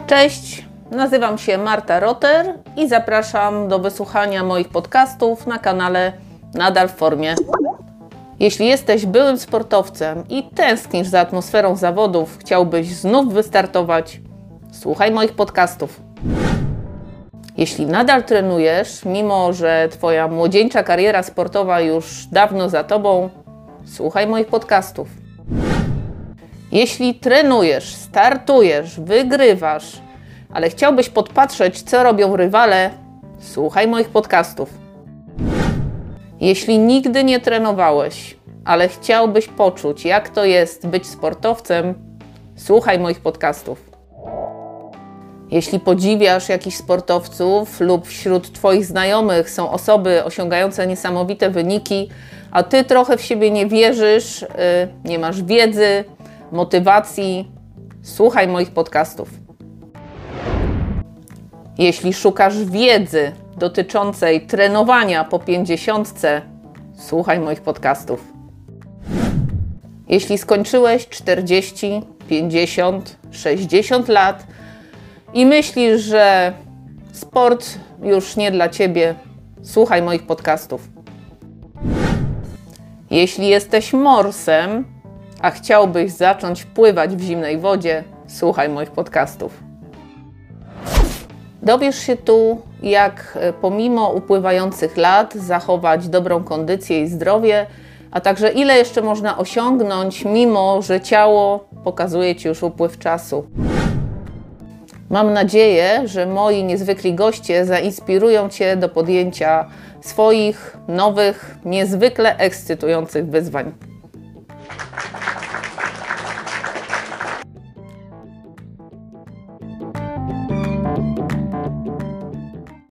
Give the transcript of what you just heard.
Cześć, nazywam się Marta Rotter i zapraszam do wysłuchania moich podcastów na kanale Nadal w Formie. Jeśli jesteś byłym sportowcem i tęsknisz za atmosferą zawodów, chciałbyś znów wystartować, słuchaj moich podcastów. Jeśli nadal trenujesz, mimo że Twoja młodzieńcza kariera sportowa już dawno za Tobą, słuchaj moich podcastów. Jeśli trenujesz, startujesz, wygrywasz, ale chciałbyś podpatrzeć, co robią rywale, słuchaj moich podcastów. Jeśli nigdy nie trenowałeś, ale chciałbyś poczuć, jak to jest być sportowcem, słuchaj moich podcastów. Jeśli podziwiasz jakichś sportowców lub wśród Twoich znajomych są osoby osiągające niesamowite wyniki, a Ty trochę w siebie nie wierzysz, nie masz wiedzy, motywacji, słuchaj moich podcastów. Jeśli szukasz wiedzy dotyczącej trenowania po 50, słuchaj moich podcastów. Jeśli skończyłeś 40, 50, 60 lat i myślisz, że sport już nie dla Ciebie, słuchaj moich podcastów. Jeśli jesteś morsem, a chciałbyś zacząć pływać w zimnej wodzie, słuchaj moich podcastów. Dowiesz się tu, jak pomimo upływających lat zachować dobrą kondycję i zdrowie, a także ile jeszcze można osiągnąć, mimo że ciało pokazuje Ci już upływ czasu. Mam nadzieję, że moi niezwykli goście zainspirują Cię do podjęcia swoich nowych, niezwykle ekscytujących wyzwań.